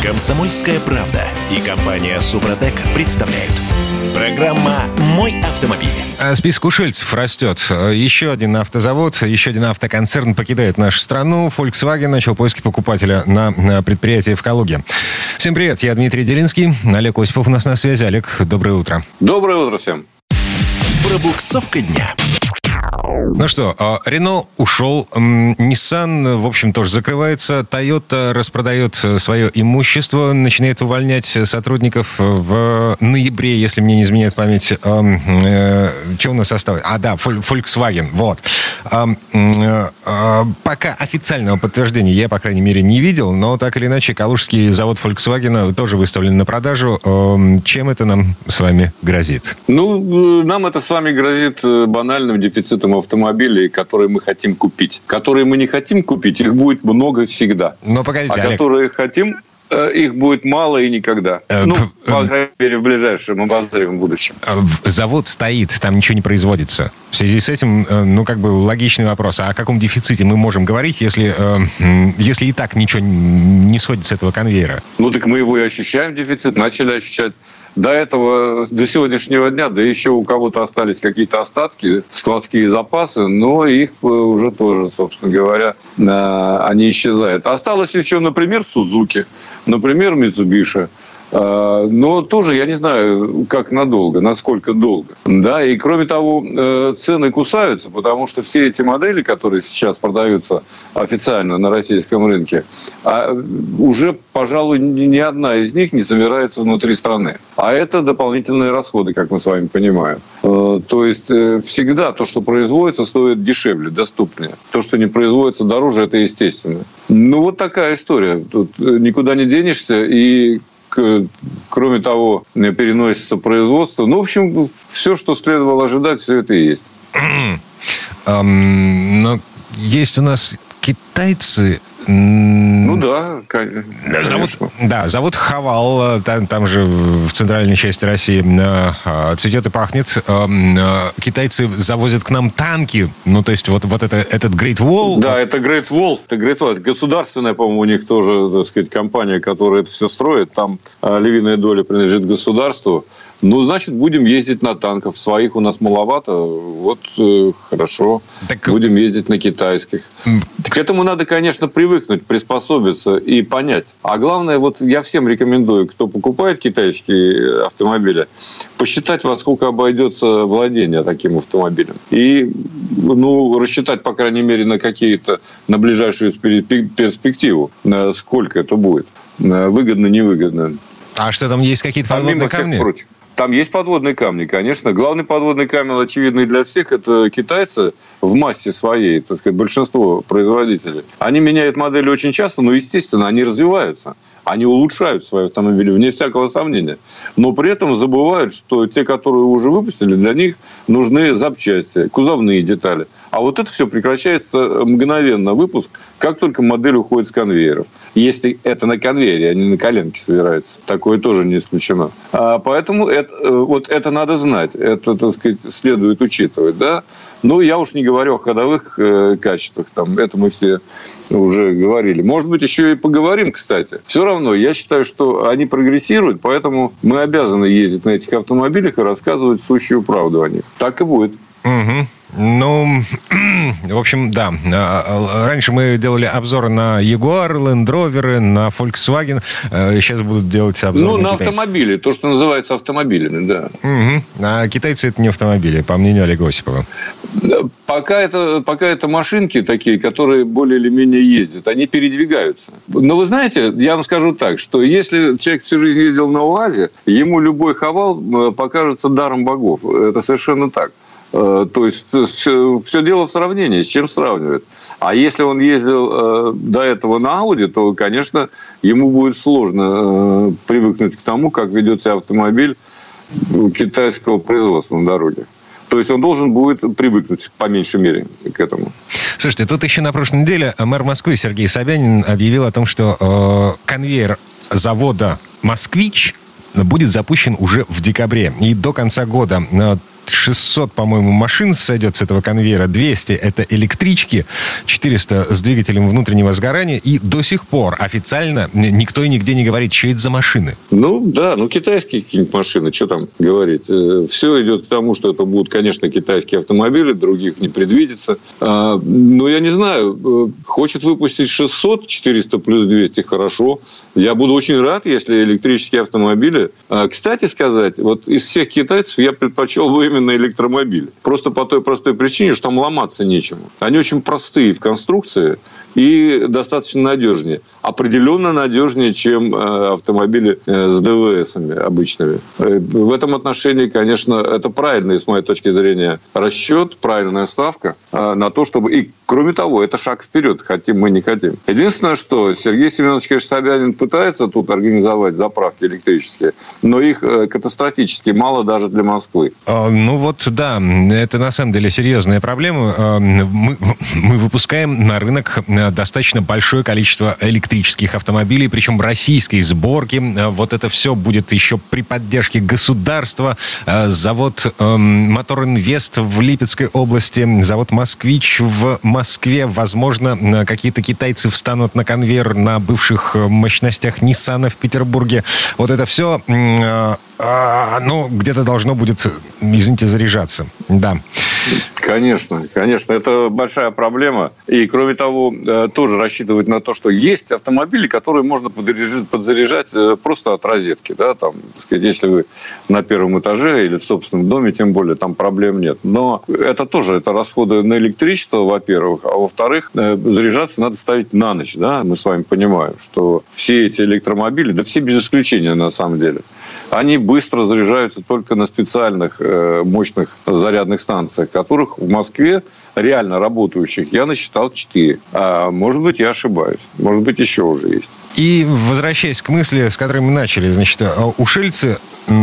Комсомольская правда и компания «Супротек» представляют. Программа «Мой автомобиль». Список ушельцев растет. Еще один автозавод, еще один автоконцерн покидает нашу страну. Volkswagen начал поиски покупателя на предприятии в Калуге. Всем привет, я Дмитрий Делинский. Олег Осипов у нас на связи. Олег, доброе утро. Доброе утро всем. Пробуксовка дня. Ну что, Renault ушел, Nissan, в общем, тоже закрывается, Toyota распродает свое имущество, начинает увольнять сотрудников в ноябре, если мне не изменяет память. Что у нас осталось? Volkswagen, вот. Пока официального подтверждения я, по крайней мере, не видел, но так или иначе, калужский завод Volkswagen тоже выставлен на продажу. Чем это нам с вами грозит? Нам это с вами грозит банальным дефицитом автомобилей, которые мы хотим купить. Которые мы не хотим купить, их будет много всегда. Но погодите, Олег. Которые хотим, их будет мало и никогда. По крайней мере, в ближайшем обозримом будущем. Завод стоит, там ничего не производится. В связи с этим, логичный вопрос. А о каком дефиците мы можем говорить, если и так ничего не сходит с этого конвейера? Так мы его и ощущаем, дефицит. Начали ощущать. До сегодняшнего дня, да еще у кого-то остались какие-то остатки, складские запасы, но их уже тоже, собственно говоря, они исчезают. Осталось еще, например, Suzuki, например, Mitsubishi. Но тоже я не знаю, как надолго, насколько долго. Да, и кроме того, цены кусаются, потому что все эти модели, которые сейчас продаются официально на российском рынке, уже, пожалуй, ни одна из них не собирается внутри страны. А это дополнительные расходы, как мы с вами понимаем. То есть всегда то, что производится, стоит дешевле, доступнее. То, что не производится дороже, это естественно. Вот такая история. Тут никуда не денешься, и кроме того, переносится производство. В общем, все, что следовало ожидать, все это и есть. Но есть у нас китайцы. Да, конечно. Завод Хавал, там же в центральной части России цветет и пахнет. Китайцы завозят к нам танки. То есть этот Great Wall. Да, это Great Wall. Это государственная, по-моему, у них тоже, так сказать, компания, которая это все строит. Там львиная доля принадлежит государству. Значит, будем ездить на танках. Своих у нас маловато. Хорошо. Будем ездить на китайских. К этому надо, конечно, привыкнуть, приспособиться и понять. А главное, я всем рекомендую, кто покупает китайские автомобили, посчитать, во сколько обойдется владение таким автомобилем. И, рассчитать, по крайней мере, на ближайшую перспективу, сколько это будет. Выгодно, невыгодно. А что, там есть какие-то подводные камни? Там есть подводные камни, конечно. Главный подводный камень, очевидный для всех, это китайцы в массе своей, так сказать, большинство производителей. Они меняют модели очень часто, но, естественно, они развиваются. Они улучшают свои автомобили, вне всякого сомнения. Но при этом забывают, что те, которые уже выпустили, для них нужны запчасти, кузовные детали. А это все прекращается мгновенно, выпуск, как только модель уходит с конвейеров. Если это на конвейере, а не на коленке собирается. Такое тоже не исключено. Поэтому это надо знать. Это, так сказать, следует учитывать. Да? Я уж не говорю о ходовых качествах. Это мы все уже говорили. Может быть, еще и поговорим, кстати. Все равно я считаю, что они прогрессируют, поэтому мы обязаны ездить на этих автомобилях и рассказывать сущую правду о них. Так и будет. Угу. В общем, да. Раньше мы делали обзоры на Jaguar, Land Rover, на Volkswagen. Сейчас будут делать обзоры на китайцев. Автомобили. То, что называется автомобилями, да. Угу. А китайцы — это не автомобили, по мнению Олега Осипова. Пока это машинки такие, которые более или менее ездят. Они передвигаются. Но вы знаете, я вам скажу так, что если человек всю жизнь ездил на УАЗе, ему любой Хавал покажется даром богов. Это совершенно так. То есть все дело в сравнении, с чем сравнивать. А если он ездил до этого на Ауди, то, конечно, ему будет сложно привыкнуть к тому, как ведет себя автомобиль китайского производства на дороге. То есть он должен будет привыкнуть, по меньшей мере, к этому. Слушайте, тут еще на прошлой неделе мэр Москвы Сергей Собянин объявил о том, что конвейер завода «Москвич» будет запущен уже в декабре. И до конца года 600, по-моему, машин сойдет с этого конвейера, 200 — это электрички, 400 с двигателем внутреннего сгорания, и до сих пор официально никто и нигде не говорит, что это за машины. Китайские какие-нибудь машины, что там говорить. Все идет к тому, что это будут, конечно, китайские автомобили, других не предвидится. Но я не знаю, хочет выпустить 600, 400 плюс 200, хорошо. Я буду очень рад, если электрические автомобили... Кстати сказать, вот из всех китайцев я предпочел бы именно электромобили. Просто по той простой причине, что там ломаться нечему. Они очень простые в конструкции и достаточно надежнее. Определенно надежнее, чем автомобили с ДВСами обычными. В этом отношении, конечно, это правильный, с моей точки зрения, расчет, правильная ставка на то, чтобы... И, кроме того, это шаг вперед, хотим мы, не хотим. Единственное, что Сергей Семенович, конечно, Собянин пытается тут организовать заправки электрические, но их катастрофически мало даже для Москвы. Да, это на самом деле серьезная проблема. Мы выпускаем на рынок достаточно большое количество электрических автомобилей, причем российской сборки. Вот это все будет еще при поддержке государства. Завод «Мотор Инвест» в Липецкой области, завод «Москвич» в Москве. Возможно, какие-то китайцы встанут на конвейер на бывших мощностях Ниссана в Петербурге. Вот это все, где-то должно будет, извините, заряжаться. Да. Конечно. Это большая проблема. И, кроме того, тоже рассчитывать на то, что есть автомобили, которые можно подзаряжать просто от розетки. Да? Там, так сказать, если вы на первом этаже или в собственном доме, тем более, там проблем нет. Но это тоже расходы на электричество, во-первых. А во-вторых, заряжаться надо ставить на ночь. Да? Мы с вами понимаем, что все эти электромобили, да все без исключения на самом деле, они быстро заряжаются только на специальных мощных зарядных станциях, которых в Москве реально работающих я насчитал 4. А может быть, я ошибаюсь. Может быть, еще уже есть. И возвращаясь к мысли, с которой мы начали, значит, ушельцы,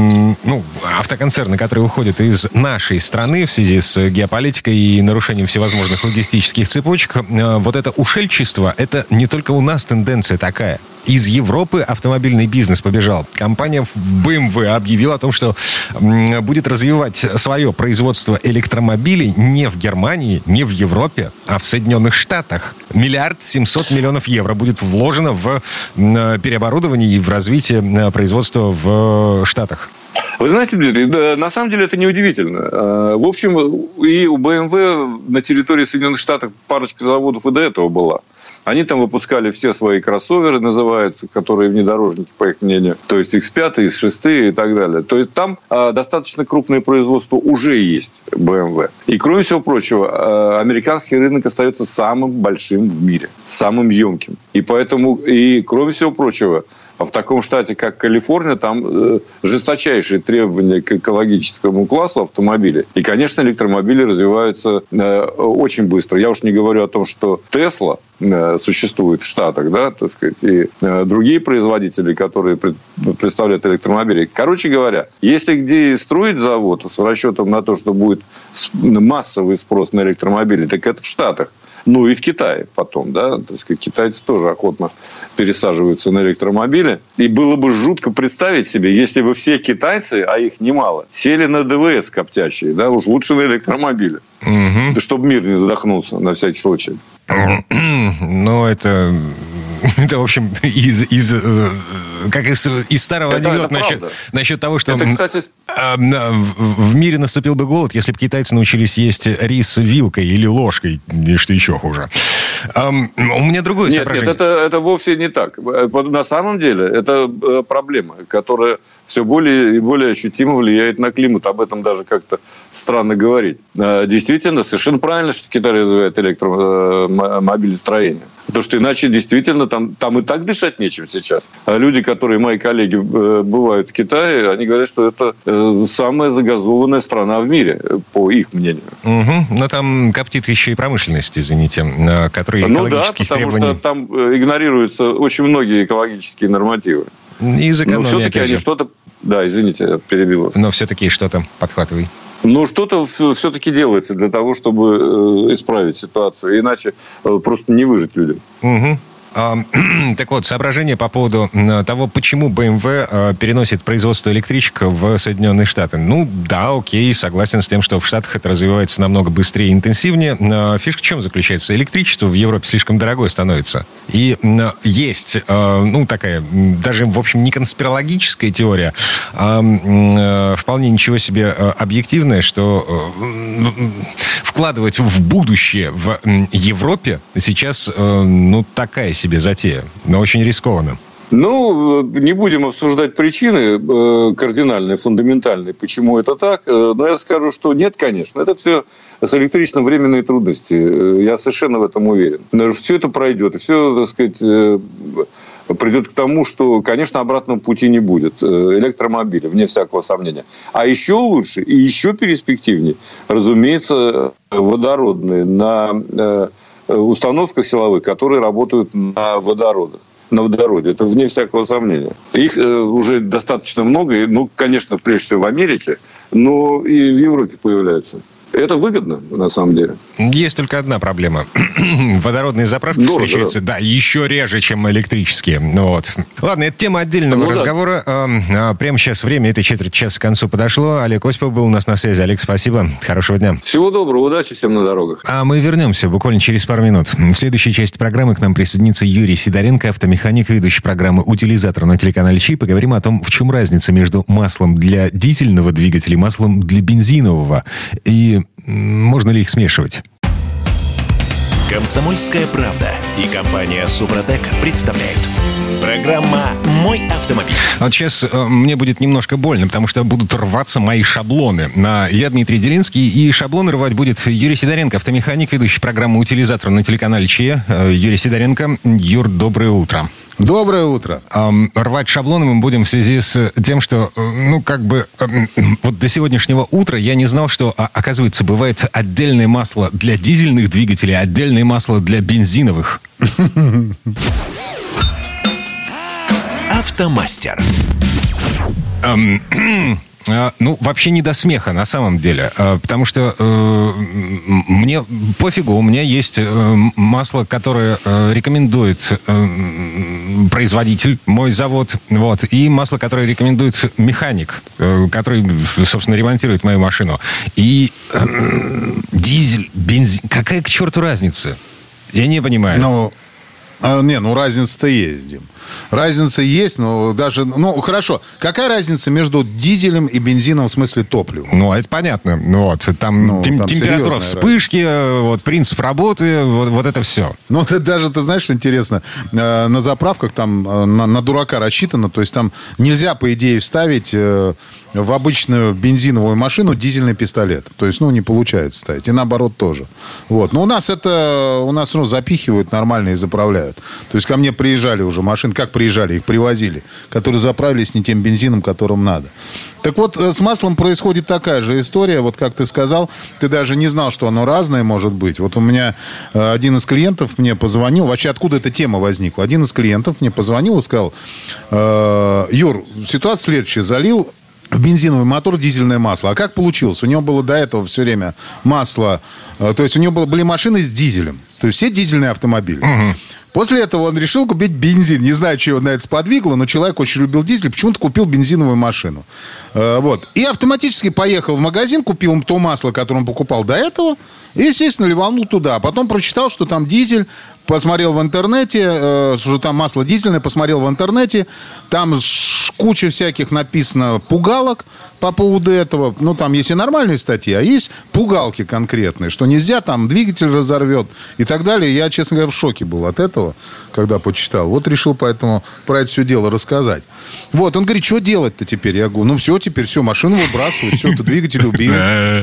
автоконцерны, которые уходят из нашей страны в связи с геополитикой и нарушением всевозможных логистических цепочек, вот это ушельчество, это не только у нас тенденция такая. Из Европы автомобильный бизнес побежал. Компания BMW объявила о том, что будет развивать свое производство электромобилей не в Германии, не в Европе, а в Соединенных Штатах. 1 700 000 000 евро будет вложено в переоборудование и в развитие производства в Штатах. Вы знаете, Дмитрий, на самом деле это неудивительно. В общем, и у BMW на территории Соединенных Штатов парочка заводов и до этого была. Они там выпускали все свои кроссоверы, называются, которые внедорожники, по их мнению. То есть X5, X6 и так далее. То есть там достаточно крупное производство уже есть BMW. И, кроме всего прочего, американский рынок остается самым большим в мире, самым емким. И поэтому, кроме всего прочего, в таком штате, как Калифорния, там жесточайшие требования к экологическому классу автомобилей. И, конечно, электромобили развиваются очень быстро. Я уж не говорю о том, что Tesla существует в Штатах, да, так сказать, и другие производители, которые представляют электромобили. Короче говоря, если где строить завод с расчетом на то, что будет массовый спрос на электромобили, так это в Штатах. Ну и в Китае потом, да, так сказать, китайцы тоже охотно пересаживаются на элромобили. И было бы жутко представить себе, если бы все китайцы, а их немало, сели на ДВС коптящие, да, уж лучше на электромобиле. Угу. Чтобы мир не задохнулся, на всякий случай. Ну, это в общем, из старого анекдота насчет того, что кстати, в мире наступил бы голод, если бы китайцы научились есть рис вилкой или ложкой, или что еще хуже. У меня другое соображение. Нет, это вовсе не так. На самом деле, это проблема, которая все более и более ощутимо влияет на климат. Об этом даже как-то странно говорить. Действительно, совершенно правильно, что Китай развивает электромобилестроение. Потому что иначе действительно там и так дышать нечем сейчас. А люди, которые, мои коллеги, бывают в Китае, они говорят, что это самая загазованная страна в мире, по их мнению. Угу. Но там коптит еще и промышленность, извините, которая экологических требований... потому что там игнорируются очень многие экологические нормативы. Из экономии, все-таки они что-то... Да, извините, я перебил. Но все-таки что-то подхватывай. Но что-то все-таки делается для того, чтобы исправить ситуацию. Иначе просто не выжить людям. Угу. Так вот, соображение по поводу того, почему BMW переносит производство электричек в Соединенные Штаты. Ну, да, окей, согласен с тем, что в Штатах это развивается намного быстрее и интенсивнее. Фишка в чем заключается? Электричество в Европе слишком дорогое становится. И есть, такая, даже, в общем, не конспирологическая теория, а вполне ничего себе объективная, что вкладывать в будущее в Европе сейчас, такая себе затея, но очень рискованно. Не будем обсуждать причины кардинальные, фундаментальные, почему это так. Но я скажу, что нет, конечно. Это все с электричеством временные трудности. Я совершенно в этом уверен. Все это пройдет. И все, так сказать, придет к тому, что, конечно, обратного пути не будет. Электромобили, вне всякого сомнения. А еще лучше и еще перспективнее, разумеется, водородные на установках силовых, которые работают на водороде. Это вне всякого сомнения. Их уже достаточно много. Конечно, прежде всего в Америке, но и в Европе появляются. Это выгодно, на самом деле. Есть только одна проблема. Водородные заправки встречаются, да, еще реже, чем электрические. Вот. Ладно, это тема отдельного разговора. Прямо сейчас время этой четверти часа к концу подошло. Олег Осипов был у нас на связи. Олег, спасибо. Хорошего дня. Всего доброго. Удачи всем на дорогах. А мы вернемся буквально через пару минут. В следующей части программы к нам присоединится Юрий Сидоренко, автомеханик, ведущий программы «Утилизатор» на телеканале ЧИ. Поговорим о том, в чем разница между маслом для дизельного двигателя и маслом для бензинового. И можно ли их смешивать? «Комсомольская правда» и компания «Супротек» представляют. Программа «Мой автомобиль». Вот сейчас мне будет немножко больно, потому что будут рваться мои шаблоны. Я Дмитрий Делинский, и шаблоны рвать будет Юрий Сидоренко, автомеханик, ведущий программу «Утилизатор» на телеканале ЧИ. Юрий Сидоренко. Юр, доброе утро. Доброе утро. Рвать шаблоны мы будем в связи с тем, что, вот до сегодняшнего утра я не знал, что, оказывается, бывает отдельное масло для дизельных двигателей, отдельное масло для бензиновых. Автомастер. Вообще не до смеха, на самом деле. Потому что мне пофигу, у меня есть масло, которое рекомендует производитель, мой завод, и масло, которое рекомендует механик, который, собственно, ремонтирует мою машину. И дизель, бензин, какая к черту разница? Я не понимаю. Разница-то есть, Дим. Разница есть, но даже... хорошо. Какая разница между дизелем и бензином в смысле топлива? Это понятно. Там температура вспышки, принцип работы, вот это все. Ты знаешь, что интересно? На заправках там на дурака рассчитано. То есть там нельзя, по идее, вставить в обычную бензиновую машину дизельный пистолет. То есть, не получается ставить. И наоборот тоже. Но у нас запихивают нормально и заправляют. То есть ко мне приезжали уже машины, как приезжали, их привозили, которые заправились не тем бензином, которым надо. Так вот, с маслом происходит такая же история. Вот как ты сказал, ты даже не знал, что оно разное может быть. Вот у меня один из клиентов мне позвонил. Вообще, откуда эта тема возникла? Один из клиентов мне позвонил и сказал: Юр, ситуация следующая. Залил в бензиновый мотор дизельное масло. А как получилось? У него было до этого все время масло. То есть у него были машины с дизелем. То есть все дизельные автомобили. Угу. После этого он решил купить бензин. Не знаю, что его на это сподвигло, но человек очень любил дизель. Почему-то купил бензиновую машину. И автоматически поехал в магазин, купил то масло, которое он покупал до этого, и, естественно, ливанул туда. А потом прочитал, что там дизель, посмотрел в интернете, что там масло дизельное, посмотрел в интернете. Там куча всяких написано пугалок по поводу этого. Там есть и нормальные статьи, а есть пугалки конкретные, что нельзя, там двигатель разорвет и так далее. Я, честно говоря, в шоке был от этого, когда почитал. Решил поэтому про это все дело рассказать. Он говорит, что делать-то теперь? Я говорю, теперь все, машину выбрасывай, все, ты двигатель убил.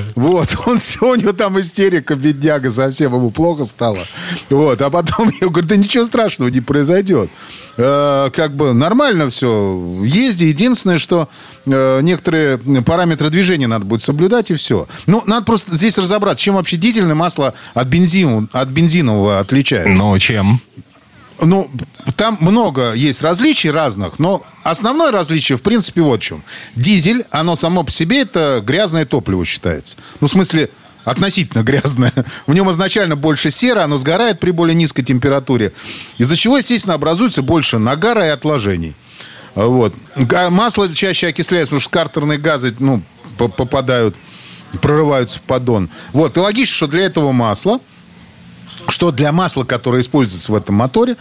У него там истерика, бедняга, совсем ему плохо стало. А потом я говорю, да ничего страшного не произойдет. Нормально все. Езди. Единственное, что некоторые параметры движения надо будет соблюдать, и все. Надо просто здесь разобраться, чем вообще дизельное масло от бензинового отличается. Чем? Там много есть различий разных, но основное различие, в принципе, вот в чем. Дизель, оно само по себе, это грязное топливо считается. В смысле, относительно грязное. В нем изначально больше серы, оно сгорает при более низкой температуре, из-за чего, естественно, образуется больше нагара и отложений. Вот. Масло чаще окисляется, потому что картерные газы попадают, прорываются в поддон. Вот. И логично, что для этого масла, которое используется в этом моторе,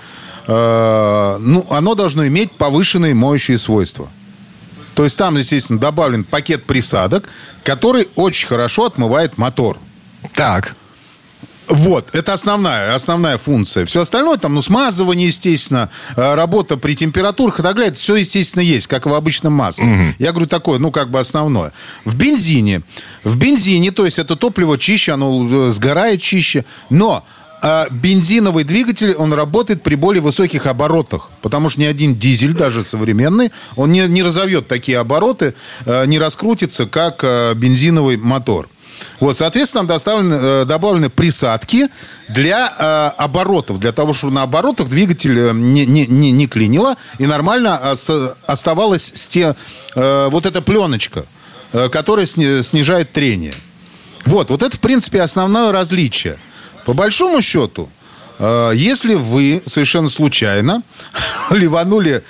оно должно иметь повышенные моющие свойства. То есть там, естественно, добавлен пакет присадок, который очень хорошо отмывает мотор. Так. Вот, это основная функция. Все остальное, там, смазывание, естественно, работа при температурах и так далее, это все, естественно, есть, как и в обычном масле. Я говорю, такое, основное. В бензине, то есть это топливо чище, оно сгорает чище, но бензиновый двигатель, он работает при более высоких оборотах, потому что ни один дизель, даже современный, он не разовьет такие обороты, не раскрутится, как бензиновый мотор. Вот, соответственно, добавлены присадки для оборотов, для того, чтобы на оборотах двигатель не клинило и нормально оставалась вот эта пленочка, которая снижает трение. Вот это, в принципе, основное различие. По большому счету, если вы совершенно случайно ливанули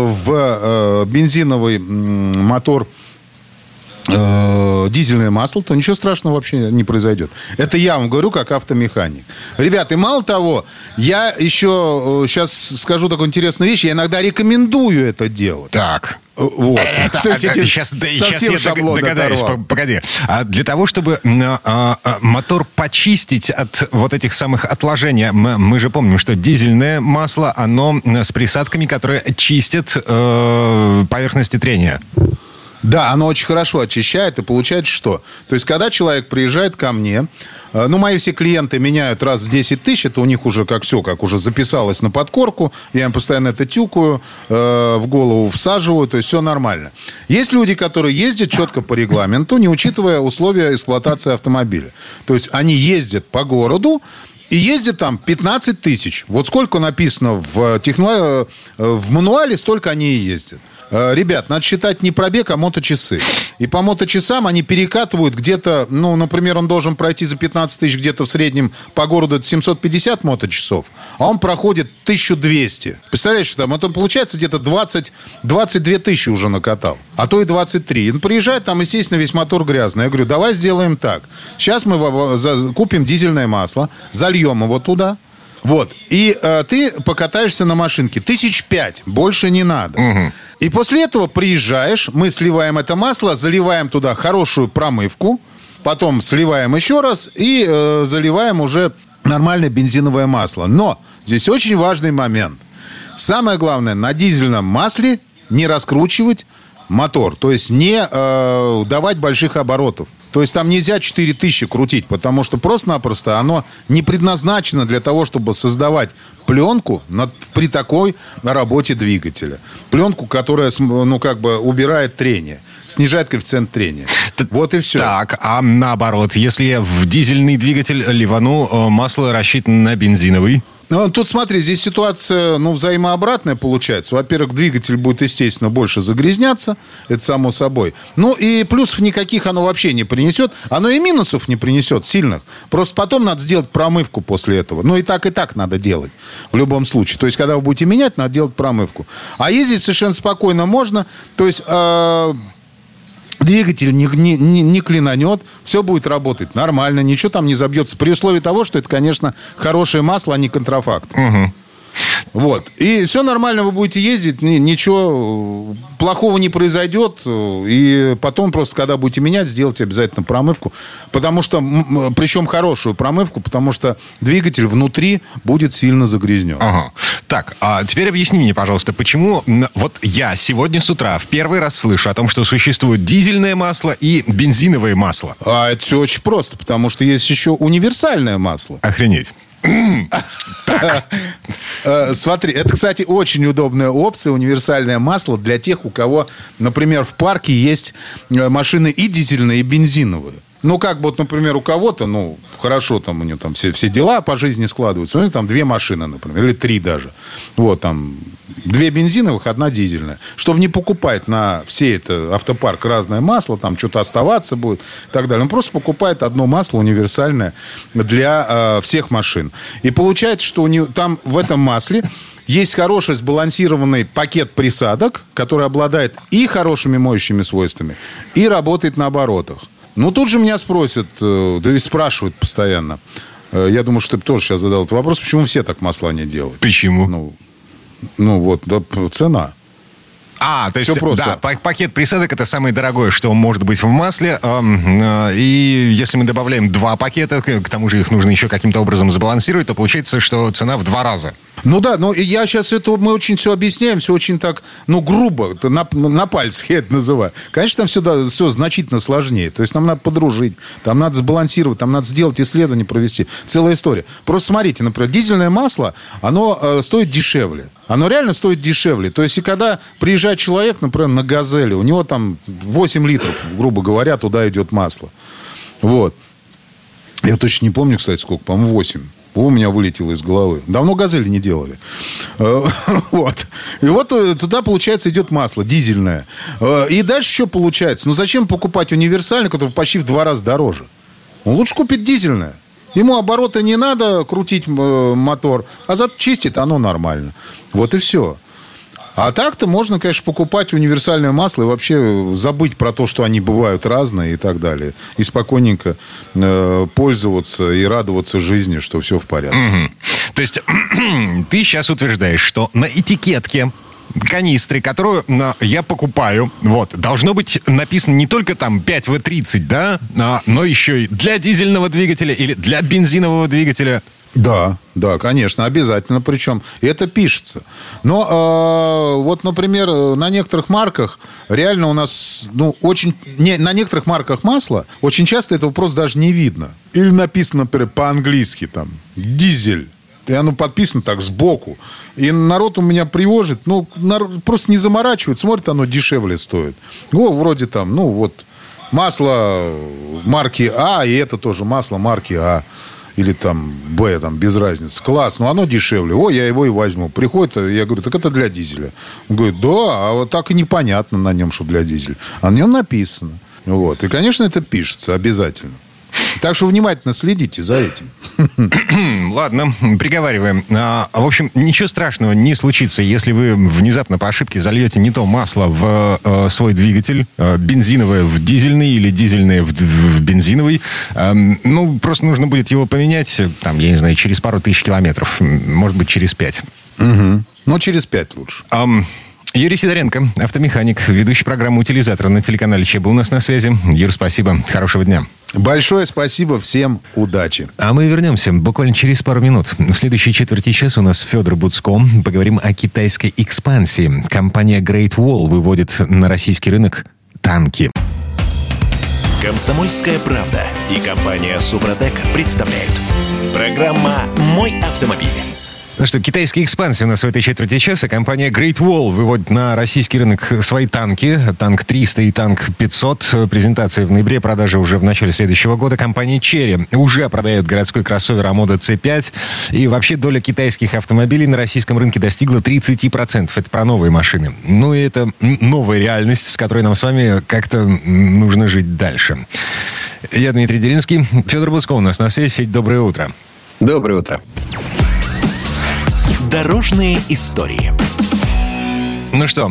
в бензиновый мотор дизельное масло, то ничего страшного вообще не произойдет. Это я вам говорю как автомеханик. Ребята, и мало того, я еще сейчас скажу такую интересную вещь. Я иногда рекомендую это делать. Так. Вот. Сейчас я догадаюсь. Погоди. Для того, чтобы мотор почистить от вот этих самых отложений, мы же помним, что дизельное масло, оно с присадками, которые чистят поверхности трения. Да, оно очень хорошо очищает, и получается что? То есть, когда человек приезжает ко мне, мои все клиенты меняют раз в 10 тысяч, это у них уже как уже записалось на подкорку, я им постоянно это тюкаю, в голову всаживаю, то есть все нормально. Есть люди, которые ездят четко по регламенту, не учитывая условия эксплуатации автомобиля. То есть, они ездят по городу, и ездят там 15 тысяч. Вот сколько написано в мануале, столько они и ездят. Ребят, надо считать не пробег, а моточасы. И по моточасам они перекатывают где-то, например, он должен пройти за 15 тысяч где-то в среднем по городу, это 750 моточасов, а он проходит 1200. Представляете, что там? Это получается где-то 22 тысячи уже накатал, а то и 23. Он приезжает, там, естественно, весь мотор грязный. Я говорю, давай сделаем так. Сейчас мы купим дизельное масло, зальем его туда. Вот. И ты покатаешься на машинке 5000, больше не надо. Угу. И после этого приезжаешь, мы сливаем это масло, заливаем туда хорошую промывку, потом сливаем еще раз и заливаем уже нормальное бензиновое масло. Но здесь очень важный момент. Самое главное, на дизельном масле не раскручивать мотор, то есть не давать больших оборотов. То есть там нельзя 4000 крутить, потому что просто-напросто оно не предназначено для того, чтобы создавать пленку при такой работе двигателя. Пленку, которая убирает трение, снижает коэффициент трения. Вот и все. Так, а наоборот, если я в дизельный двигатель ливану масло рассчитано на бензиновый? Тут, смотри, здесь ситуация, взаимообратная получается. Во-первых, двигатель будет, естественно, больше загрязняться. Это само собой. И плюсов никаких оно вообще не принесет. Оно и минусов не принесет сильных. Просто потом надо сделать промывку после этого. И так надо делать. В любом случае. То есть, когда вы будете менять, надо делать промывку. А ездить совершенно спокойно можно. То есть... Двигатель не клинанет, все будет работать нормально, ничего там не забьется. При условии того, что это, конечно, хорошее масло, а не контрафакт. Угу. Вот. И все нормально, вы будете ездить, ничего плохого не произойдет. И потом просто, когда будете менять, сделайте обязательно промывку. Потому что, причем хорошую промывку, потому что двигатель внутри будет сильно загрязнен. Ага. Так, а теперь объясни мне, пожалуйста, почему вот я сегодня с утра в первый раз слышу о том, что существует дизельное масло и бензиновое масло. А это все очень просто, потому что есть еще универсальное масло. Охренеть. Смотри, это, кстати, очень удобная опция, универсальное масло для тех, у кого, например, в парке есть машины и дизельные, и бензиновые. Ну, как бы, вот, например, у кого-то, ну, хорошо, там у него там все дела по жизни складываются. У него там 2 машины, например, или 3 даже. Вот, там 2 бензиновых, 1 дизельная. Чтобы не покупать на все это автопарк разное масло, там что-то оставаться будет и так далее. Он просто покупает одно масло универсальное для всех машин. И получается, что у него там в этом масле есть хороший сбалансированный пакет присадок, который обладает и хорошими моющими свойствами, и работает на оборотах. Ну, тут же меня спросят, да и спрашивают постоянно. Я думаю, что ты тоже сейчас задал этот вопрос. Почему все так масла не делают? Почему? Ну вот, да, цена. То есть, Все просто. Да, пакет присадок — это самое дорогое, что может быть в масле. И если мы добавляем 2 пакета, к тому же их нужно еще каким-то образом сбалансировать, то получается, что цена в 2 раза. Ну да, но я сейчас это, мы очень все объясняем, все очень так, ну, грубо, на пальцах я это называю. Конечно, там все значительно сложнее. То есть нам надо подружить, там надо сбалансировать, там надо сделать исследование, провести. Целая история. Просто смотрите, например, дизельное масло, оно стоит дешевле. Оно реально стоит дешевле. То есть, и когда приезжает человек, например, на «Газели», у него там 8 литров, грубо говоря, туда идет масло. Вот. Я точно не помню, кстати, сколько, по-моему, 8. У меня вылетело из головы. Давно «Газели» не делали. Вот. И вот туда, получается, идет масло дизельное. И дальше что получается? Ну, зачем покупать универсальное, которое почти в 2 раза дороже? Ну, лучше купить дизельное. Ему обороты не надо крутить мотор, а зато чистит оно нормально. Вот и все. А так-то можно, конечно, покупать универсальное масло и вообще забыть про то, что они бывают разные и так далее. И спокойненько пользоваться и радоваться жизни, что все в порядке. То есть ты сейчас утверждаешь, что на этикетке канистры, которую я покупаю, вот, должно быть написано не только там 5В30, да, но еще и для дизельного двигателя или для бензинового двигателя. Да, конечно, обязательно. Причем это пишется. Но вот, например, на некоторых марках реально у нас, на некоторых марках масла очень часто этого просто даже не видно. Или написано, например, по-английски там «дизель». И оно подписано так сбоку. И народ у меня привозит, просто не заморачивает, смотрит, оно дешевле стоит. Вроде там, масло марки А, и это тоже масло марки А. Или там Б, там, без разницы. Класс, но оно дешевле. Я его и возьму. Приходит, я говорю, так это для дизеля. Он говорит, да, а вот так и непонятно на нем, что для дизеля. А на нем написано. Вот. И, конечно, это пишется обязательно. Так что внимательно следите за этим. Ладно, приговариваем. В общем, ничего страшного не случится, если вы внезапно по ошибке зальете не то масло в свой двигатель, бензиновое в дизельный или дизельное в бензиновый. Просто нужно будет его поменять, там, я не знаю, через пару тысяч километров. Может быть, через 5. Через 5 лучше. Юрий Сидоренко, автомеханик, ведущий программы «Утилизатор» на телеканале ЧЕ, был у нас на связи. Юр, спасибо. Хорошего дня. Большое спасибо. Всем удачи. А мы вернемся буквально через пару минут. В следующей четверти часа у нас Федор Буцко. Поговорим о китайской экспансии. Компания Great Wall выводит на российский рынок танки. «Комсомольская правда» и компания «Супротек» представляют. Программа «Мой автомобиль». Ну что, китайская экспансия у нас в этой четверти часа. Компания Great Wall выводит на российский рынок свои танки. Танк 300 и танк 500. Презентация в ноябре, продажи уже в начале следующего года. Компания Chery уже продает городской кроссовер Amoda C5. И вообще доля китайских автомобилей на российском рынке достигла 30%. Это про новые машины. И это новая реальность, с которой нам с вами как-то нужно жить дальше. Я Дмитрий Делинский. Федор Буцко у нас на связи. Федь, доброе утро. Доброе утро. Дорожные истории. Ну что,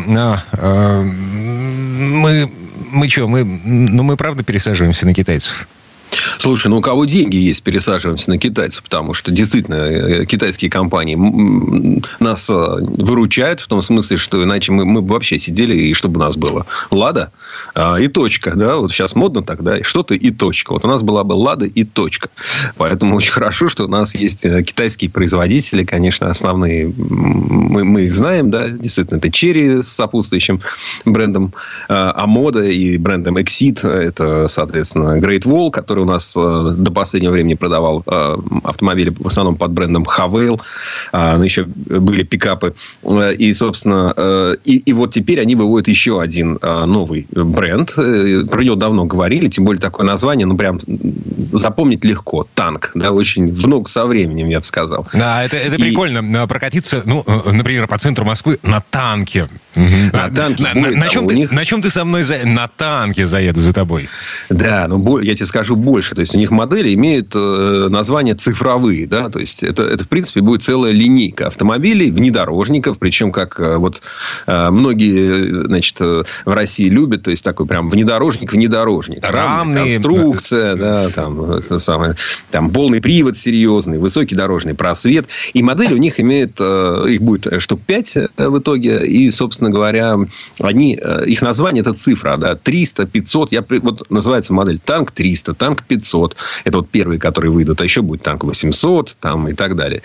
мы правда пересаживаемся на китайцев? Слушай, у кого деньги есть, пересаживаемся на китайцев, потому что действительно китайские компании нас выручают в том смысле, что иначе мы бы вообще сидели, и что бы у нас было? Лада и точка, да, вот сейчас модно так, да, что-то и точка. Вот у нас была бы Лада и точка. Поэтому очень хорошо, что у нас есть китайские производители, конечно, основные, мы их знаем, да, действительно, это Chery с сопутствующим брендом Amoda и брендом Exit, это, соответственно, Great Wall, который который у нас до последнего времени продавал автомобили в основном под брендом Havail. Но еще были пикапы. И, собственно, и вот теперь они выводят еще один новый бренд. Про него давно говорили. Тем более, такое название, ну, прям запомнить легко. Танк. Да, очень в ногу со временем, я бы сказал. Да, это прикольно. Прокатиться, ну, например, по центру Москвы на танке. На танке. На чем ты со мной на танке заеду за тобой? Да, но я тебе скажу больше. То есть, у них модели имеют название цифровые. Да? То есть, это, в принципе, будет целая линейка автомобилей, внедорожников. Причем, как вот многие, значит, в России любят. То есть, такой прям внедорожник. Рамная конструкция, да, там полный привод серьезный, высокий дорожный просвет. И модели у них имеют, их будет штук 5 в итоге. И, собственно говоря, их название это цифра, да, 300, 500. Вот называется модель танк 300, танк 500. Это вот первые, которые выйдут. А еще будет танк 800 там, и так далее.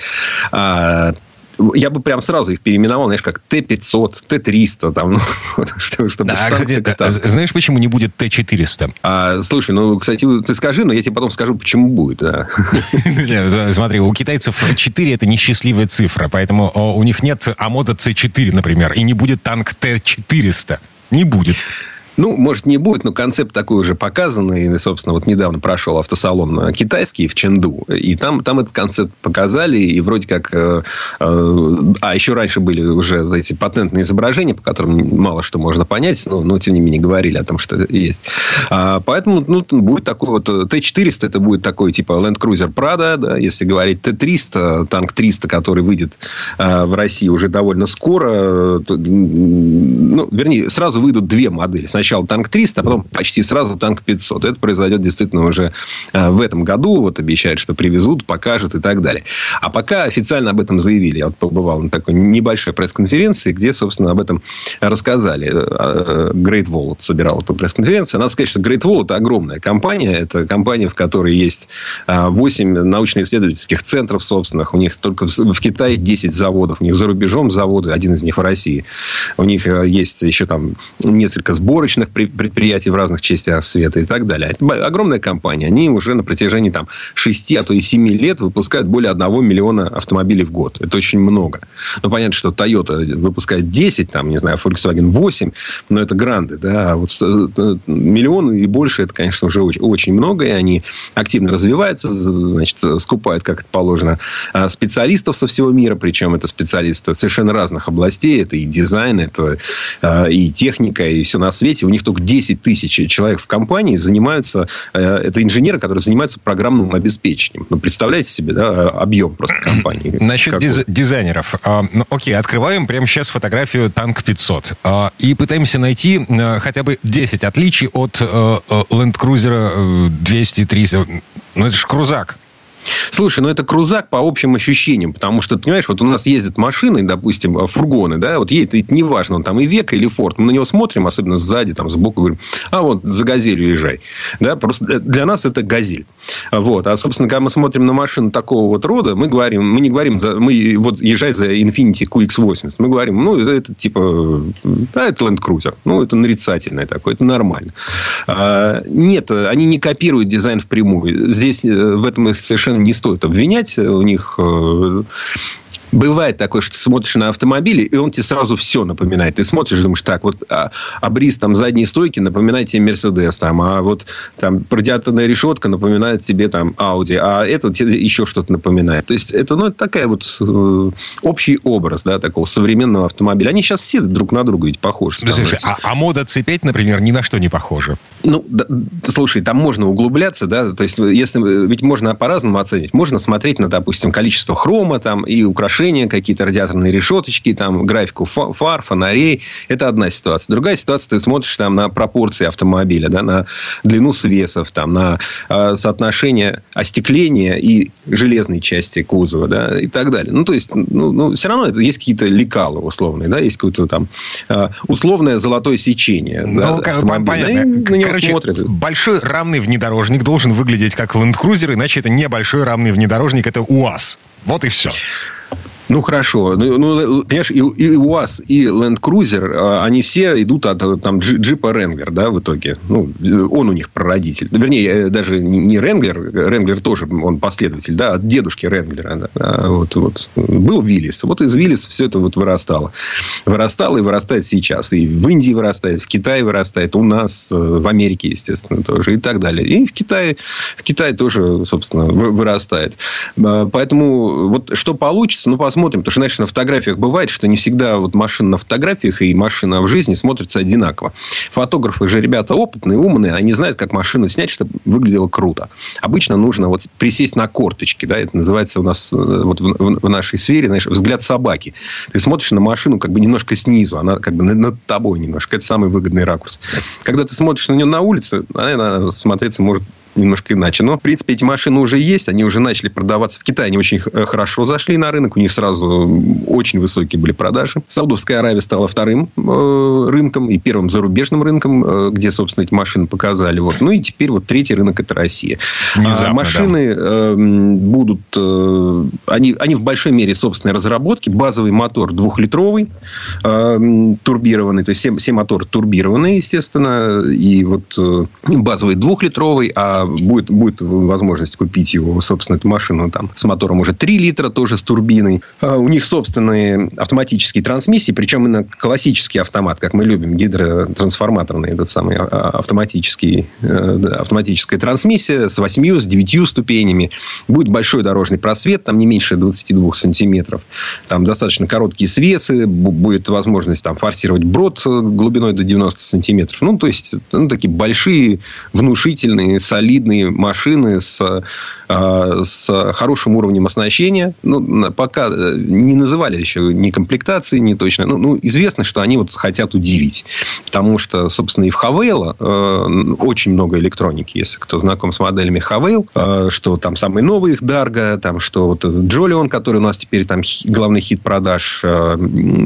Я бы прям сразу их переименовал, знаешь, как Т-500, Т-300. Там, чтобы да, кстати, знаешь, почему не будет Т-400? Слушай, ну, кстати, ты скажи, но я тебе потом скажу, почему будет. Да. Смотри, у китайцев 4 это несчастливая цифра, поэтому у них нет Амода С4, например, и не будет танк Т-400. Не будет. Ну, может, не будет, но концепт такой уже показан. И, собственно, вот недавно прошел автосалон китайский в Чэнду. И там этот концепт показали. И вроде как... еще раньше были уже эти патентные изображения, по которым мало что можно понять. Но тем не менее, говорили о том, что это есть. Поэтому будет такой вот... Т-400 это будет такой, типа, Land Cruiser Prado. Да, если говорить Т-300, танк 300, который выйдет в России уже довольно скоро. Вернее, сразу выйдут две модели. Сначала танк 300, а потом почти сразу танк 500. Это произойдет действительно уже в этом году. Вот обещают, что привезут, покажут и так далее. А пока официально об этом заявили. Я вот побывал на такой небольшой пресс-конференции, где, собственно, об этом рассказали. Great Wall собирал эту пресс-конференцию. Надо сказать, что Great Wall это огромная компания. Это компания, в которой есть 8 научно-исследовательских центров собственных. У них только в Китае 10 заводов. У них за рубежом заводы, один из них в России. У них есть еще там несколько сборочных предприятий в разных частях света и так далее. Это огромная компания. Они уже на протяжении 6, а то и 7 лет выпускают более 1 миллиона автомобилей в год. Это очень много. Ну, понятно, что Toyota выпускает 10, не знаю, Volkswagen 8, но это гранды. Да? А вот миллион и больше, это, конечно, уже очень, очень много. И они активно развиваются, значит, скупают, как это положено, специалистов со всего мира. Причем это специалисты совершенно разных областей. Это и дизайн, это и техника, и все на свете. У них только 10 тысяч человек в компании занимаются... Это инженеры, которые занимаются программным обеспечением. Ну, представляете себе, да, объем просто компании. Насчет дизайнеров. Окей, открываем прямо сейчас фотографию танк 500. И пытаемся найти хотя бы 10 отличий от Land Cruiser 200-300. Ну, это же крузак. Слушай, это крузак по общим ощущениям. Потому что, понимаешь, вот у нас ездят машины, допустим, фургоны, да, вот едет, ведь неважно, он там и Века, или Форд. Мы на него смотрим, особенно сзади, сбоку, говорим, вот за Газелью езжай. Да, просто для нас это Газель. Вот. А, собственно, когда мы смотрим на машину такого вот рода, мы не говорим, езжай за Infiniti QX80. Мы говорим, это типа, это Land Cruiser. Это нарицательное такое, это нормально. Нет, они не копируют дизайн впрямую. Здесь в этом их совершенно не стоит обвинять. У них... Бывает такое, что ты смотришь на автомобили, и он тебе сразу все напоминает. Ты смотришь, думаешь, так, вот обрис задней стойки напоминает тебе Мерседес, а вот там радиаторная решетка напоминает тебе Ауди, а это тебе еще что-то напоминает. То есть, это такая вот общий образ, да, такого современного автомобиля. Они сейчас все друг на друга ведь похожи. Слушай, а мода C5, например, ни на что не похожа. Слушай, там можно углубляться, да, то есть, ведь можно по-разному оценить. Можно смотреть на, допустим, количество хрома и украшений, какие-то радиаторные решеточки, графику фар, фонарей. Это одна ситуация. Другая ситуация, ты смотришь на пропорции автомобиля, да, на длину свесов, на соотношение остекления и железной части кузова, да, и так далее. То есть, все равно есть какие-то лекала условные, да, есть какое-то условное золотое сечение. Понятно. Короче, большой рамный внедорожник должен выглядеть как Land Cruiser, иначе это небольшой рамный внедорожник, это УАЗ. Вот и все. Ну, хорошо. Ну, понимаешь, и УАЗ, и Land Cruiser, они все идут от там, джипа Wrangler, да, в итоге. Ну, он у них прародитель. Вернее, даже не Wrangler. Wrangler тоже он последователь, да, от дедушки Wrangler. Да. Вот. Был Willys. Вот из Willys все это вот вырастало. Вырастало и вырастает сейчас. И в Индии вырастает, в Китае вырастает, у нас, в Америке, естественно, тоже и так далее. И в Китае тоже, собственно, вырастает. Поэтому вот что получится, ну, посмотрим. Потому что, знаешь, на фотографиях бывает, что не всегда вот машина на фотографиях и машина в жизни смотрятся одинаково. Фотографы же ребята опытные, умные, они знают, как машину снять, чтобы выглядело круто. Обычно нужно вот присесть на корточки, да, это называется у нас вот в нашей сфере, знаешь, взгляд собаки. Ты смотришь на машину как бы немножко снизу, она как бы над тобой немножко. Это самый выгодный ракурс. Когда ты смотришь на нее на улице, она смотреться может немножко иначе. Но, в принципе, эти машины уже есть. Они уже начали продаваться в Китае. Они очень хорошо зашли на рынок. У них сразу очень высокие были продажи. Саудовская Аравия стала вторым рынком и первым зарубежным рынком, где, собственно, эти машины показали. Вот. Ну, и теперь вот третий рынок – это Россия. Внезапно, машины будут... Они в большой мере собственной разработки. Базовый мотор 2-литровый, турбированный. То есть, все моторы турбированные, естественно. И вот базовый 2-литровый, а будет возможность купить его, собственно, эту машину там, с мотором уже 3 литра, тоже с турбиной. У них собственные автоматические трансмиссии, причем именно классический автомат, как мы любим, гидротрансформаторный, этот самый автоматическая трансмиссия с 8, с 9 ступенями. Будет большой дорожный просвет, там не меньше 22 сантиметров. Там достаточно короткие свесы, будет возможность там форсировать брод глубиной до 90 сантиметров. Ну, то есть, такие большие, внушительные, солидные машины с хорошим уровнем оснащения. Ну, пока не называли еще ни комплектации, ни точно. Ну, известно, что они вот хотят удивить. Потому что, собственно, и в Havail очень много электроники. Если кто знаком с моделями Havail, что там самый новый их Dargo, там, что вот Jolion, который у нас теперь там главный хит продаж, там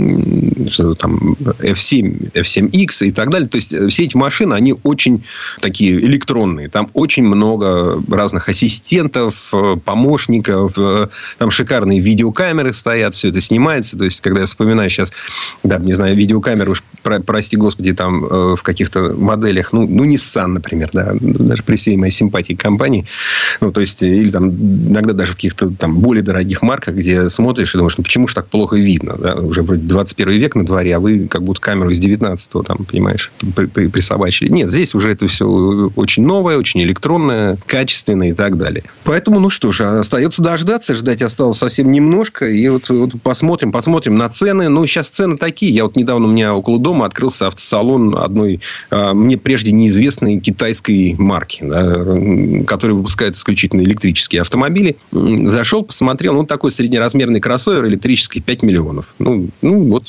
F7, F7X и так далее. То есть, все эти машины, они очень такие электронные. Там очень много разных ассистентов, помощников. Там шикарные видеокамеры стоят. Все это снимается. То есть, когда я вспоминаю сейчас, да, не знаю, видеокамеры, уж прости господи, там в каких-то моделях, ну, Nissan, например, да, даже при всей моей симпатии к компании. Ну, то есть, или там иногда даже в каких-то там более дорогих марках, где смотришь и думаешь, ну, почему же так плохо видно? Да? Уже вроде 21 век на дворе, а вы как будто камеру из 19-го, там, понимаешь, присобачили. Нет, здесь уже это все очень новое, очень электронное, качественное и так далее. Поэтому, ну что ж, остается дождаться. Ждать осталось совсем немножко. И вот посмотрим на цены. Ну, сейчас цены такие. Я вот недавно у меня около дома открылся автосалон одной мне прежде неизвестной китайской марки, да, которая выпускает исключительно электрические автомобили. Зашел, посмотрел. Ну, такой среднеразмерный кроссовер электрический 5 миллионов. Ну вот.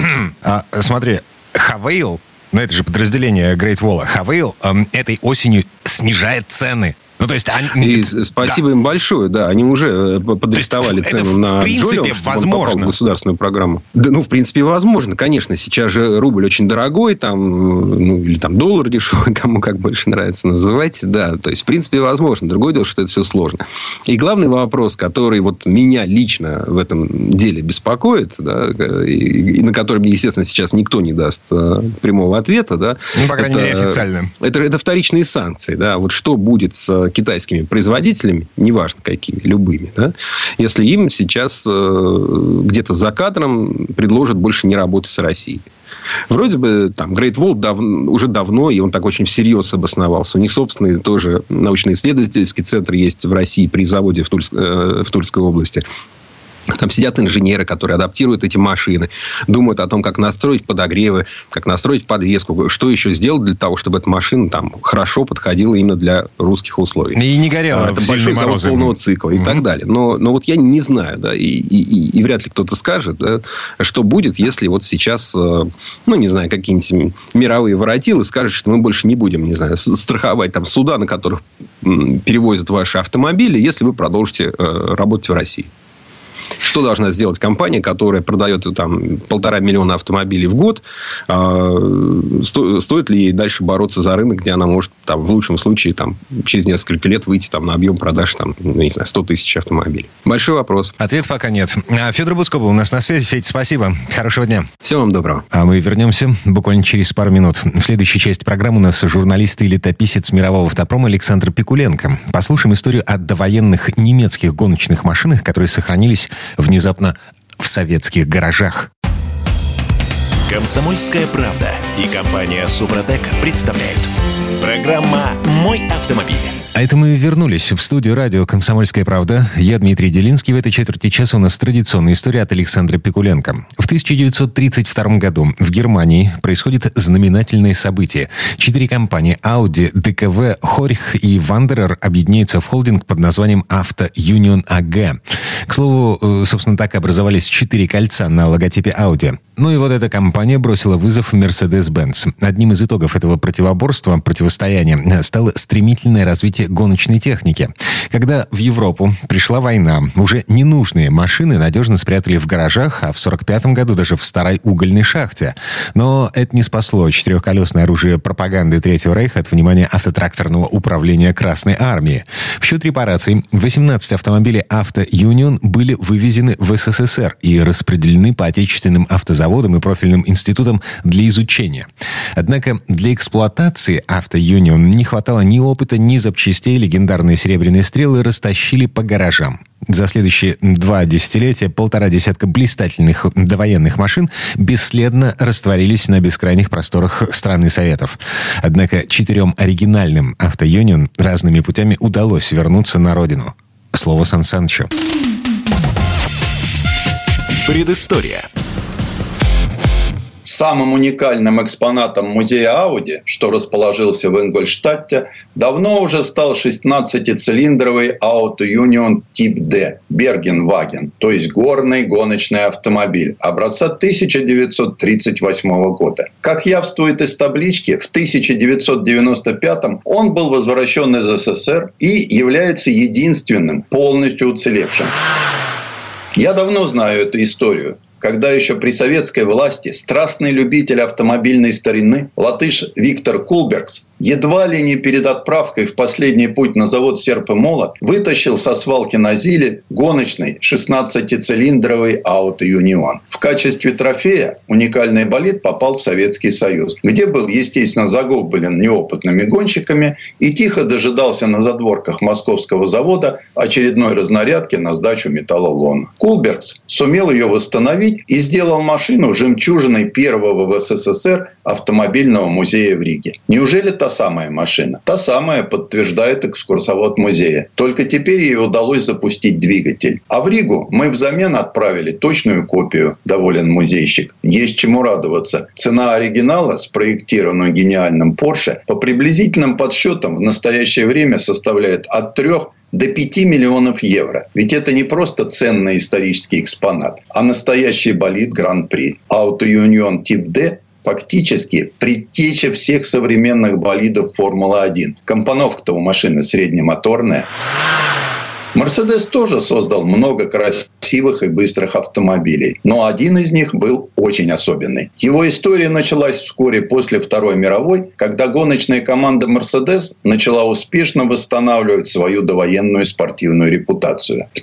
Смотри, Havail, ну, это же подразделение Great Wall, Havail этой осенью снижает цены. Ну, то есть, спасибо им большое, да. Они уже подрихтовали цену на Jolion, чтобы он попал в государственную программу. Да, ну, в принципе, возможно, конечно. Сейчас же рубль очень дорогой, там, ну, или там доллар дешевый, кому как больше нравится называть. Да, то есть, в принципе, возможно. Другое дело, что это все сложно. И главный вопрос, который вот меня лично в этом деле беспокоит, да, и на который мне, естественно, сейчас никто не даст прямого ответа, да. Ну, по крайней мере, официально. Это вторичные санкции, да. Вот что будет с китайскими производителями, неважно какими, любыми, да, если им сейчас где-то за кадром предложат больше не работать с Россией. Вроде бы там Great Wall уже давно, и он так очень всерьез обосновался. У них собственный тоже научно-исследовательский центр есть в России при заводе в Тульской области. Там сидят инженеры, которые адаптируют эти машины, думают о том, как настроить подогревы, как настроить подвеску, что еще сделать для того, чтобы эта машина там хорошо подходила именно для русских условий. И не горела это большой завод полного цикла и так далее. Но вот я не знаю, да, и вряд ли кто-то скажет, да, что будет, если вот сейчас, ну, не знаю, какие-нибудь мировые воротилы скажут, что мы больше не будем, не знаю, страховать там суда, на которых перевозят ваши автомобили, если вы продолжите работать в России. Что должна сделать компания, которая продает там 1,5 миллиона автомобилей в год? Стоит ли ей дальше бороться за рынок, где она может там, в лучшем случае там, через несколько лет выйти там, на объем продаж там, не знаю, 100 тысяч автомобилей? Большой вопрос. Ответ пока нет. Федор Буцко был у нас на связи. Федь, спасибо. Хорошего дня. Всего вам доброго. А мы вернемся буквально через пару минут. В следующей части программы у нас журналист и летописец мирового автопрома Александр Пикуленко. Послушаем историю о довоенных немецких гоночных машинах, которые сохранились внезапно в советских гаражах. «Комсомольская правда» и компания «Супротек» представляют. Программа «Мой автомобиль». А это мы вернулись в студию радио «Комсомольская правда». Я Дмитрий Делинский. В этой четверти часа у нас традиционная история от Александра Пикуленко. В 1932 году в Германии происходит знаменательное событие. 4 компании Audi, ДКВ, Хорих и Вандерер объединяются в холдинг под названием Авто Юнион АГ. К слову, собственно, так образовались 4 кольца на логотипе Audi. Ну и вот эта компания бросила вызов Mercedes-Benz. Одним из итогов этого противостояния стало стремительное развитие гоночной техники. Когда в Европу пришла война, уже ненужные машины надежно спрятали в гаражах, а в 1945 году даже в старой угольной шахте. Но это не спасло четырехколесное оружие пропаганды Третьего Рейха от внимания автотракторного управления Красной Армии. В счет репараций 18 автомобилей Авто Юнион были вывезены в СССР и распределены по отечественным автозаводам и профильным институтам для изучения. Однако для эксплуатации Авто Юнион не хватало ни опыта, ни запчастей. Легендарные серебряные стрелы растащили по гаражам. За следующие 2 десятилетия 1,5 десятка блистательных довоенных машин бесследно растворились на бескрайних просторах страны Советов. Однако 4 оригинальным Авто Юнион разными путями удалось вернуться на родину. Слово Сан Санычу. Предыстория. Самым уникальным экспонатом музея Audi, что расположился в Ингольштадте, давно уже стал 16-цилиндровый Auto Union Type D Bergenwagen, то есть горный гоночный автомобиль образца 1938 года. Как явствует из таблички, в 1995-м он был возвращен из СССР и является единственным полностью уцелевшим. Я давно знаю эту историю. Когда еще при советской власти страстный любитель автомобильной старины латыш Виктор Кулбергс едва ли не перед отправкой в последний путь на завод «Серп и молот» вытащил со свалки на Зиле гоночный 16-цилиндровый Auto Union. В качестве трофея уникальный болид попал в Советский Союз, где был, естественно, загублен неопытными гонщиками и тихо дожидался на задворках московского завода очередной разнарядки на сдачу металлолома. Кулбергс сумел ее восстановить и сделал машину жемчужиной первого в СССР автомобильного музея в Риге. Неужели та самая машина? Та самая, подтверждает экскурсовод музея. Только теперь ей удалось запустить двигатель. А в Ригу мы взамен отправили точную копию, доволен музейщик. Есть чему радоваться. Цена оригинала, спроектированного гениальным Porsche, по приблизительным подсчетам в настоящее время составляет от 3 до 5 миллионов евро. Ведь это не просто ценный исторический экспонат, а настоящий болид Гран-при. Auto Union Type D фактически предтеча всех современных болидов Формулы-1. Компоновка-то у машины среднемоторная. Мерседес тоже создал много красивых и быстрых автомобилей. Но один из них был очень особенный. Его история началась вскоре после Второй мировой, когда гоночная команда Мерседес начала успешно восстанавливать свою довоенную спортивную репутацию. В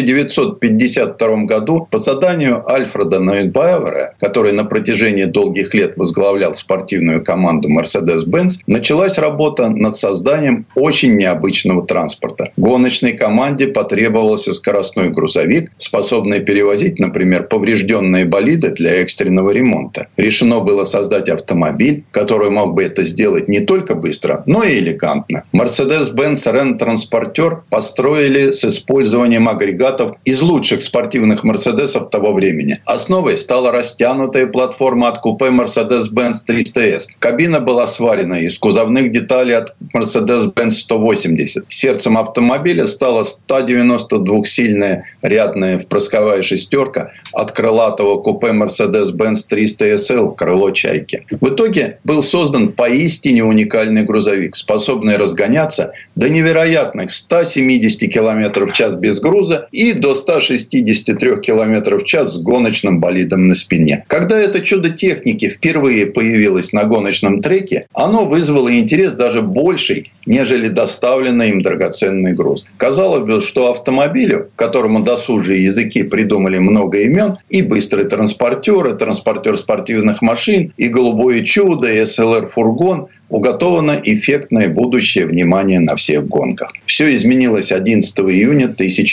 1952 году по заданию Альфреда Нойенбауэра, который на протяжении долгих лет возглавлял спортивную команду Mercedes-Benz, началась работа над созданием очень необычного транспорта. Гоночной команде потребовался скоростной грузовик, способный перевозить, например, поврежденные болиды для экстренного ремонта. Решено было создать автомобиль, который мог бы это сделать не только быстро, но и элегантно. Mercedes-Benz Rennтранспортер построили с использованием агрегатов из лучших спортивных Мерседесов того времени. Основой стала растянутая платформа от купе Mercedes-Benz 300S. Кабина была сварена из кузовных деталей от Mercedes-Benz 180. Сердцем автомобиля стала 192-сильная рядная впрысковая шестерка от крылатого купе Mercedes-Benz 300 SL крыло «Чайки». В итоге был создан поистине уникальный грузовик, способный разгоняться до невероятных 170 км в час без груза и до 163 км в час с гоночным болидом на спине. Когда это чудо техники впервые появилось на гоночном треке, оно вызвало интерес даже больший, нежели доставленный им драгоценный груз. Казалось бы, что автомобилю, которому досужие языки придумали много имен, и быстрый транспортер, и транспортер спортивных машин, и голубое чудо, и СЛР-фургон, уготовано эффектное будущее внимание на всех гонках. Все изменилось 11 июня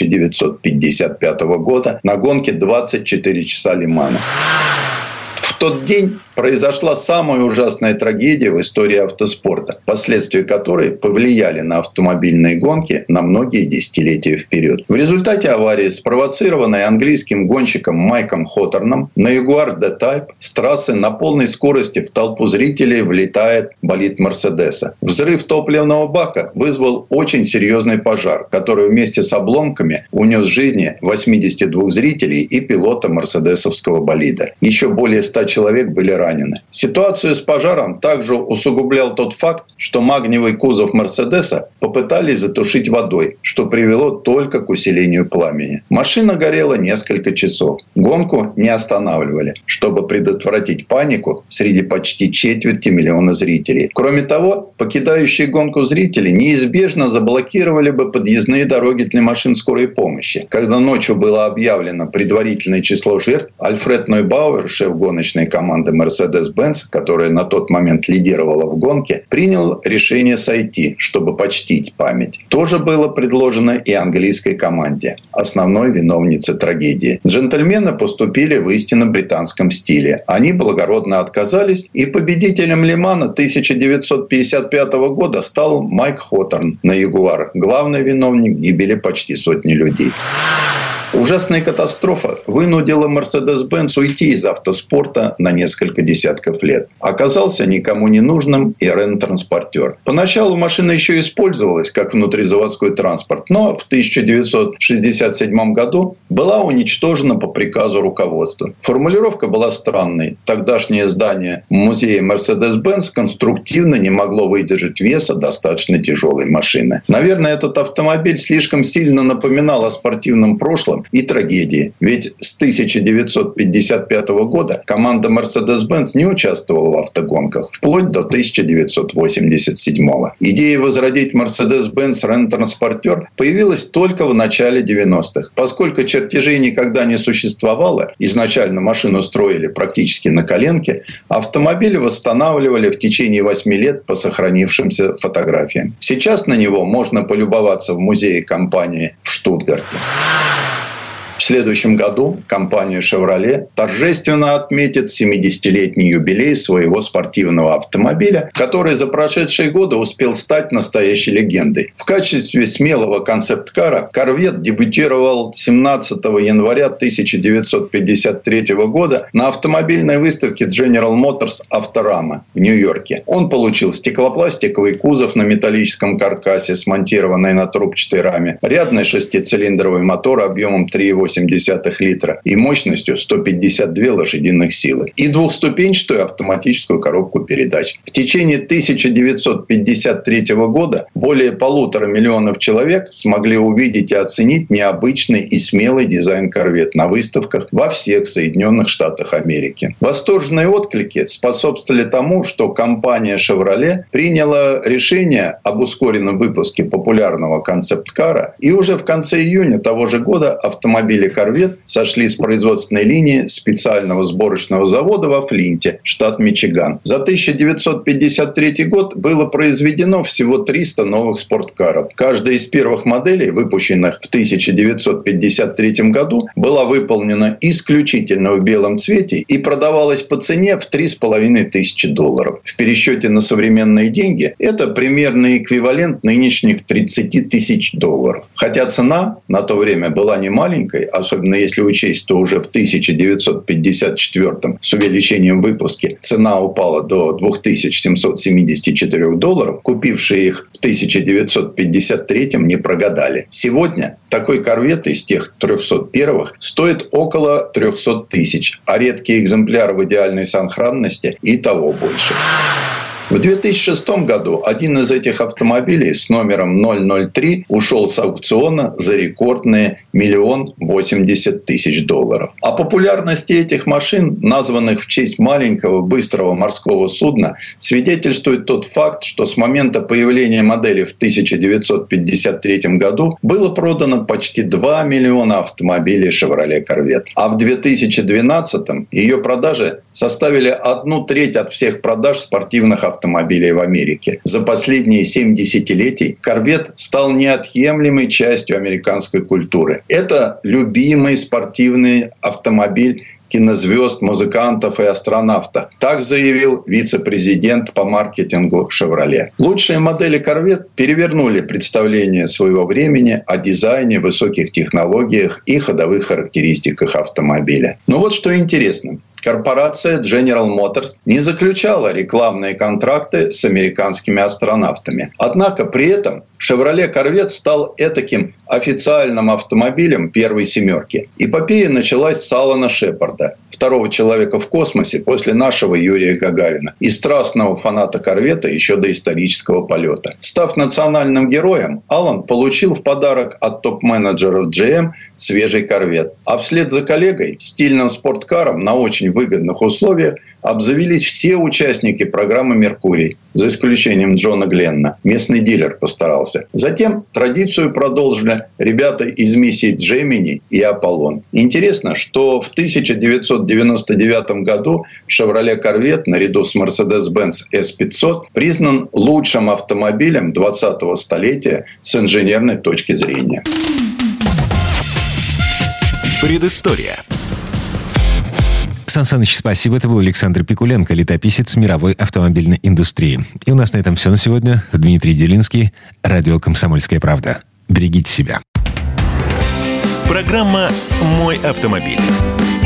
1955 года на гонке 24 часа Ле-Мана. В тот день произошла самая ужасная трагедия в истории автоспорта, последствия которой повлияли на автомобильные гонки на многие десятилетия вперед. В результате аварии, спровоцированной английским гонщиком Майком Хоторном, на Jaguar D-Type с трассы на полной скорости в толпу зрителей влетает болид Мерседеса. Взрыв топливного бака вызвал очень серьезный пожар, который вместе с обломками унес жизни 82 зрителей и пилота мерседесовского болида. Еще более 100 человек были ранены. Ситуацию с пожаром также усугублял тот факт, что магниевый кузов Мерседеса попытались затушить водой, что привело только к усилению пламени. Машина горела несколько часов. Гонку не останавливали, чтобы предотвратить панику среди почти 250 000 зрителей. Кроме того, покидающие гонку зрители неизбежно заблокировали бы подъездные дороги для машин скорой помощи. Когда ночью было объявлено предварительное число жертв, Альфред Нойбауэр, шеф гоночной команды Mercedes-Benz, которая на тот момент лидировала в гонке, принял решение сойти, чтобы почтить память. То же было предложено и английской команде, основной виновнице трагедии. Джентльмены поступили в истинно британском стиле. Они благородно отказались, и победителем Ле-Мана 1955 года стал Майк Хоторн на Jaguar, главный виновник гибели почти сотни людей. Ужасная катастрофа вынудила Mercedes-Benz уйти из автоспорта на несколько десятков лет. Оказался никому не нужным и Рено-транспортер. Поначалу машина еще использовалась как внутризаводской транспорт, но в 1967 году была уничтожена по приказу руководства. Формулировка была странной. Тогдашнее здание музея Mercedes-Benz конструктивно не могло выдержать веса достаточно тяжелой машины. Наверное, этот автомобиль слишком сильно напоминал о спортивном прошлом и трагедии. Ведь с 1955 года команда Mercedes-Benz не участвовала в автогонках, вплоть до 1987. Идея возродить Mercedes-Benz Рено-транспортер появилась только в начале 90-х. Поскольку чертежей никогда не существовало, изначально машину строили практически на коленке, автомобиль восстанавливали в течение 8 лет по сохранившимся фотографиям. Сейчас на него можно полюбоваться в музее компании в Штутгарте. В следующем году компания Chevrolet торжественно отметит 70-летний юбилей своего спортивного автомобиля, который за прошедшие годы успел стать настоящей легендой. В качестве смелого концепт-кара Corvette дебютировал 17 января 1953 года на автомобильной выставке General Motors Авторама в Нью-Йорке. Он получил стеклопластиковый кузов на металлическом каркасе, смонтированный на трубчатой раме, рядный шестицилиндровый мотор объемом 3,8 литра и мощностью 152 лошадиных силы и двухступенчатую автоматическую коробку передач. В течение 1953 года более 1,5 миллиона человек смогли увидеть и оценить необычный и смелый дизайн Corvette на выставках во всех Соединенных Штатах Америки. Восторженные отклики способствовали тому, что компания Chevrolet приняла решение об ускоренном выпуске популярного концепт-кара, и уже в конце июня того же года автомобили Corvette сошли с производственной линии специального сборочного завода во Флинте, штат Мичиган. За 1953 год было произведено всего 300 новых спорткаров. Каждая из первых моделей, выпущенных в 1953 году, была выполнена исключительно в белом цвете и продавалась по цене в $3500. В пересчете на современные деньги это примерно эквивалент нынешних $30 000. Хотя цена на то время была не маленькая, долларовой, особенно если учесть, что уже в 1954 с увеличением выпуска цена упала до $2774, купившие их в 1953 не прогадали. Сегодня такой корвет из тех 301-х стоит около 300 тысяч, а редкий экземпляр в идеальной сохранности и того больше. В 2006 году один из этих автомобилей с номером 003 ушел с аукциона за рекордные $1 080 000. О популярности этих машин, названных в честь маленького быстрого морского судна, свидетельствует тот факт, что с момента появления модели в 1953 году было продано почти 2 миллиона автомобилей Chevrolet Corvette. А в 2012 ее продажи составили 1/3 от всех продаж спортивных автомобилей в Америке. За последние 7 десятилетий Корвет стал неотъемлемой частью американской культуры. Это любимый спортивный автомобиль кинозвезд, музыкантов и астронавтов. Так заявил вице-президент по маркетингу Chevrolet. Лучшие модели Corvette перевернули представление своего времени о дизайне, высоких технологиях и ходовых характеристиках автомобиля. Но вот что интересно. Корпорация General Motors не заключала рекламные контракты с американскими астронавтами. Однако при этом Chevrolet Corvette стал этаким официальным автомобилем первой семерки. Эпопея началась с Алана Шепарда, второго человека в космосе после нашего Юрия Гагарина и страстного фаната корвета еще до исторического полета. Став национальным героем, Алан получил в подарок от топ-менеджеров GM свежий корвет. А вслед за коллегой стильным спорткаром на очень выгодных условиях обзавелись все участники программы «Меркурий», за исключением Джона Гленна. Местный дилер постарался. Затем традицию продолжили ребята из миссий «Джемини» и «Аполлон». Интересно, что в 1999 году Chevrolet Corvette наряду с Mercedes-Benz S500 признан лучшим автомобилем 20-го столетия с инженерной точки зрения. Предыстория. Сан Саныч, спасибо. Это был Александр Пикуленко, летописец мировой автомобильной индустрии. И у нас на этом все на сегодня. Дмитрий Делинский, радио «Комсомольская правда». Берегите себя. Программа «Мой автомобиль».